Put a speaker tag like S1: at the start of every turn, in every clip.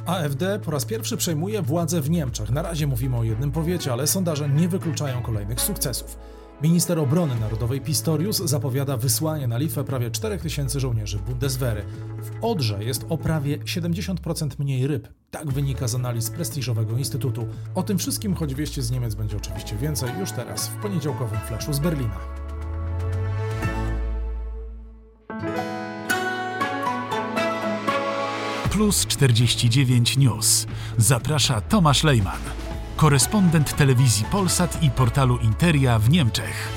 S1: AfD po raz pierwszy przejmuje władzę w Niemczech. Na razie mówimy o jednym powiecie, ale sondaże nie wykluczają kolejnych sukcesów. Minister Obrony Narodowej Pistorius zapowiada wysłanie na Litwę prawie 4000 żołnierzy Bundeswehry. W Odrze jest o prawie 70% mniej ryb. Tak wynika z analiz prestiżowego instytutu. O tym wszystkim, choć wieści z Niemiec będzie oczywiście więcej, już teraz w poniedziałkowym flashu z Berlina.
S2: Plus 49 News. Zaprasza Tomasz Lejman, korespondent telewizji Polsat i portalu Interia w Niemczech.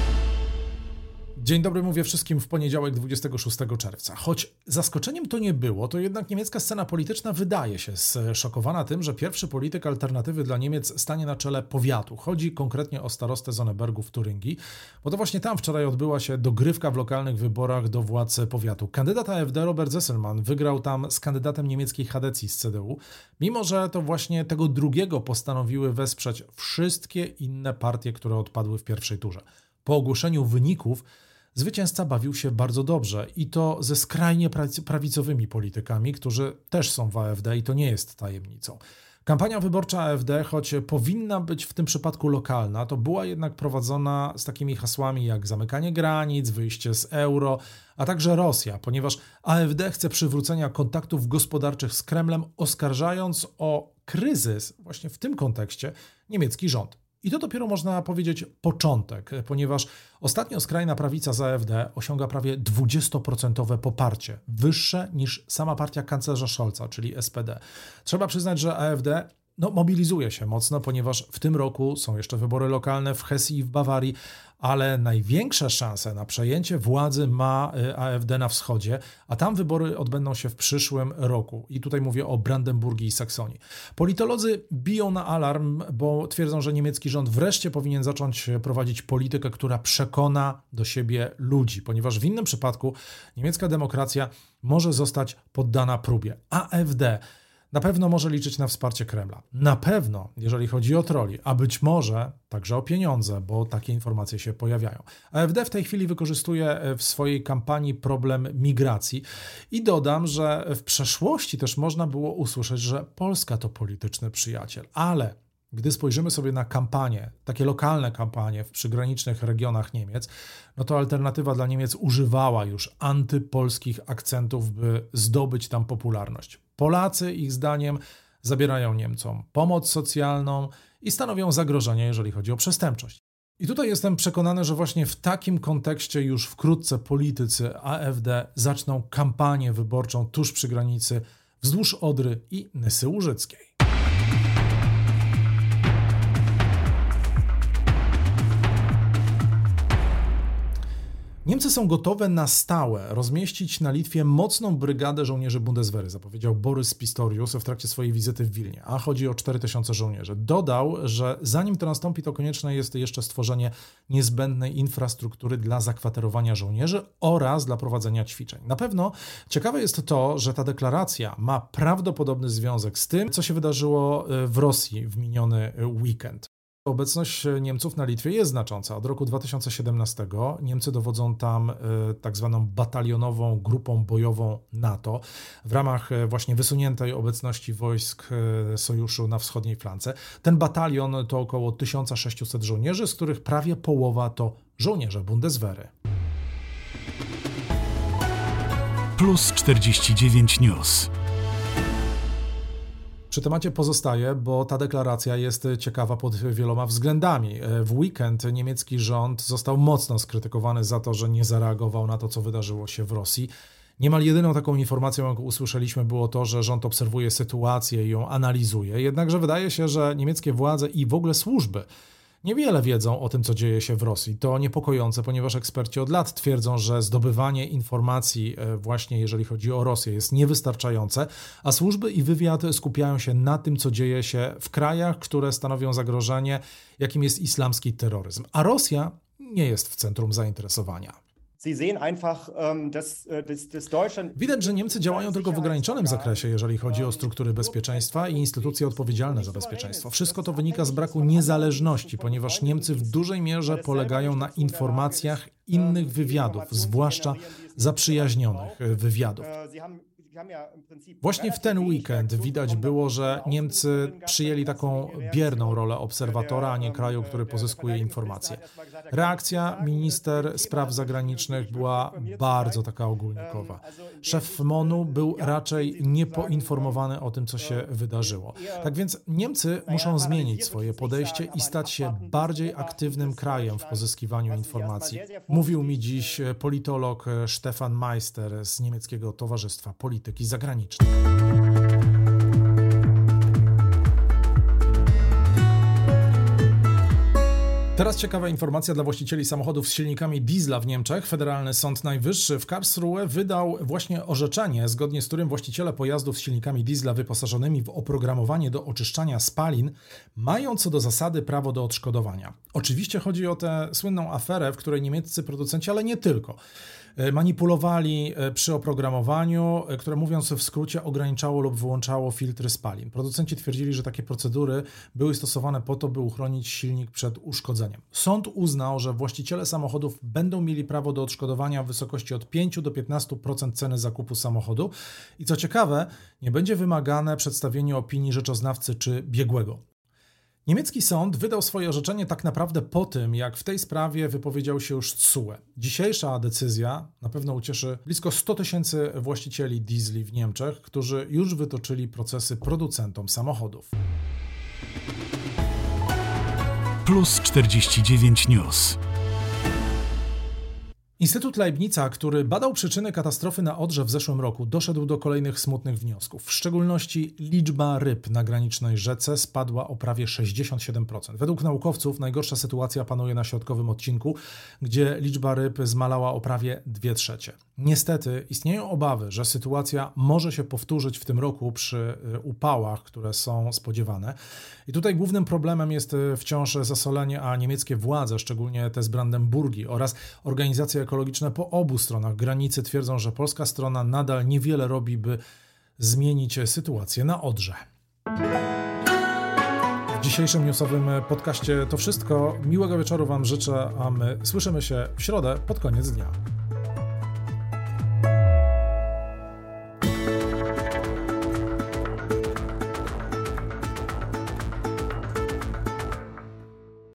S1: Dzień dobry, mówię wszystkim w poniedziałek 26 czerwca. Choć zaskoczeniem to nie było, to jednak niemiecka scena polityczna wydaje się zszokowana tym, że pierwszy polityk alternatywy dla Niemiec stanie na czele powiatu. Chodzi konkretnie o starostę Sonnebergu w Turyngii, bo to właśnie tam wczoraj odbyła się dogrywka w lokalnych wyborach do władz powiatu. Kandydat AfD Robert Sesselmann wygrał tam z kandydatem niemieckiej Chadecji z CDU, mimo że to właśnie tego drugiego postanowiły wesprzeć wszystkie inne partie, które odpadły w pierwszej turze. Po ogłoszeniu wyników zwycięzca bawił się bardzo dobrze i to ze skrajnie prawicowymi politykami, którzy też są w AfD i to nie jest tajemnicą. Kampania wyborcza AfD, choć powinna być w tym przypadku lokalna, to była jednak prowadzona z takimi hasłami jak zamykanie granic, wyjście z euro, a także Rosja, ponieważ AfD chce przywrócenia kontaktów gospodarczych z Kremlem, oskarżając o kryzys właśnie w tym kontekście niemiecki rząd. I to dopiero można powiedzieć początek, ponieważ ostatnio skrajna prawica z AfD osiąga prawie 20% poparcie, wyższe niż sama partia kanclerza Scholza, czyli SPD. Trzeba przyznać, że AfD mobilizuje się mocno, ponieważ w tym roku są jeszcze wybory lokalne w Hesji i w Bawarii, ale największe szanse na przejęcie władzy ma AfD na wschodzie, a tam wybory odbędą się w przyszłym roku. I tutaj mówię o Brandenburgii i Saksonii. Politolodzy biją na alarm, bo twierdzą, że niemiecki rząd wreszcie powinien zacząć prowadzić politykę, która przekona do siebie ludzi, ponieważ w innym przypadku niemiecka demokracja może zostać poddana próbie. AfD na pewno może liczyć na wsparcie Kremla. Na pewno, jeżeli chodzi o troli, a być może także o pieniądze, bo takie informacje się pojawiają. AfD w tej chwili wykorzystuje w swojej kampanii problem migracji i dodam, że w przeszłości też można było usłyszeć, że Polska to polityczny przyjaciel, ale gdy spojrzymy sobie na kampanie, takie lokalne kampanie w przygranicznych regionach Niemiec, no to Alternatywa dla Niemiec używała już antypolskich akcentów, by zdobyć tam popularność. Polacy, ich zdaniem, zabierają Niemcom pomoc socjalną i stanowią zagrożenie, jeżeli chodzi o przestępczość. I tutaj jestem przekonany, że właśnie w takim kontekście już wkrótce politycy AfD zaczną kampanię wyborczą tuż przy granicy wzdłuż Odry i Nysy Łużyckiej. Niemcy są gotowe na stałe rozmieścić na Litwie mocną brygadę żołnierzy Bundeswehry, zapowiedział Borys Pistorius w trakcie swojej wizyty w Wilnie, a chodzi o 4000 żołnierzy. Dodał, że zanim to nastąpi, to konieczne jest jeszcze stworzenie niezbędnej infrastruktury dla zakwaterowania żołnierzy oraz dla prowadzenia ćwiczeń. Na pewno ciekawe jest to, że ta deklaracja ma prawdopodobny związek z tym, co się wydarzyło w Rosji w miniony weekend. Obecność Niemców na Litwie jest znacząca. Od roku 2017 Niemcy dowodzą tam tak zwaną batalionową grupą bojową NATO w ramach właśnie wysuniętej obecności wojsk sojuszu na wschodniej flance. Ten batalion to około 1600 żołnierzy, z których prawie połowa to żołnierze Bundeswehry.
S2: Plus 49 News.
S1: Przy temacie pozostaje, bo ta deklaracja jest ciekawa pod wieloma względami. W weekend niemiecki rząd został mocno skrytykowany za to, że nie zareagował na to, co wydarzyło się w Rosji. Niemal jedyną taką informacją, jaką usłyszeliśmy, było to, że rząd obserwuje sytuację i ją analizuje. Jednakże wydaje się, że niemieckie władze i w ogóle służby niewiele wiedzą o tym, co dzieje się w Rosji. To niepokojące, ponieważ eksperci od lat twierdzą, że zdobywanie informacji właśnie jeżeli chodzi o Rosję jest niewystarczające, a służby i wywiad skupiają się na tym, co dzieje się w krajach, które stanowią zagrożenie, jakim jest islamski terroryzm. A Rosja nie jest w centrum zainteresowania. Widać, że Niemcy działają tylko w ograniczonym zakresie, jeżeli chodzi o struktury bezpieczeństwa i instytucje odpowiedzialne za bezpieczeństwo. Wszystko to wynika z braku niezależności, ponieważ Niemcy w dużej mierze polegają na informacjach innych wywiadów, zwłaszcza zaprzyjaźnionych wywiadów. Właśnie w ten weekend widać było, że Niemcy przyjęli taką bierną rolę obserwatora, a nie kraju, który pozyskuje informacje. Reakcja minister spraw zagranicznych była bardzo taka ogólnikowa. Szef MON-u był raczej niepoinformowany o tym, co się wydarzyło. Tak więc Niemcy muszą zmienić swoje podejście i stać się bardziej aktywnym krajem w pozyskiwaniu informacji. Mówił mi dziś politolog Stefan Meister z niemieckiego Towarzystwa Polityki Zagranicznej. Teraz ciekawa informacja dla właścicieli samochodów z silnikami diesla w Niemczech. Federalny Sąd Najwyższy w Karlsruhe wydał właśnie orzeczenie, zgodnie z którym właściciele pojazdów z silnikami diesla wyposażonymi w oprogramowanie do oczyszczania spalin mają co do zasady prawo do odszkodowania. Oczywiście chodzi o tę słynną aferę, w której niemieccy producenci, ale nie tylko, manipulowali przy oprogramowaniu, które mówiąc w skrócie ograniczało lub wyłączało filtry spalin. Producenci twierdzili, że takie procedury były stosowane po to, by uchronić silnik przed uszkodzeniem. Sąd uznał, że właściciele samochodów będą mieli prawo do odszkodowania w wysokości od 5 do 15% ceny zakupu samochodu i co ciekawe, nie będzie wymagane przedstawienie opinii rzeczoznawcy czy biegłego. Niemiecki sąd wydał swoje orzeczenie tak naprawdę po tym, jak w tej sprawie wypowiedział się już TSUE. Dzisiejsza decyzja na pewno ucieszy blisko 100 000 właścicieli diesli w Niemczech, którzy już wytoczyli procesy producentom samochodów.
S2: Plus 49 News.
S1: Instytut Leibnica, który badał przyczyny katastrofy na Odrze w zeszłym roku, doszedł do kolejnych smutnych wniosków. W szczególności liczba ryb na granicznej rzece spadła o prawie 67%. Według naukowców najgorsza sytuacja panuje na środkowym odcinku, gdzie liczba ryb zmalała o prawie 2/3. Niestety istnieją obawy, że sytuacja może się powtórzyć w tym roku przy upałach, które są spodziewane. I tutaj głównym problemem jest wciąż zasolenie, a niemieckie władze, szczególnie te z Brandenburgii oraz organizacje ekologiczne po obu stronach granicy twierdzą, że polska strona nadal niewiele robi, by zmienić sytuację na Odrze. W dzisiejszym newsowym podcaście to wszystko. Miłego wieczoru Wam życzę, a my słyszymy się w środę pod koniec dnia.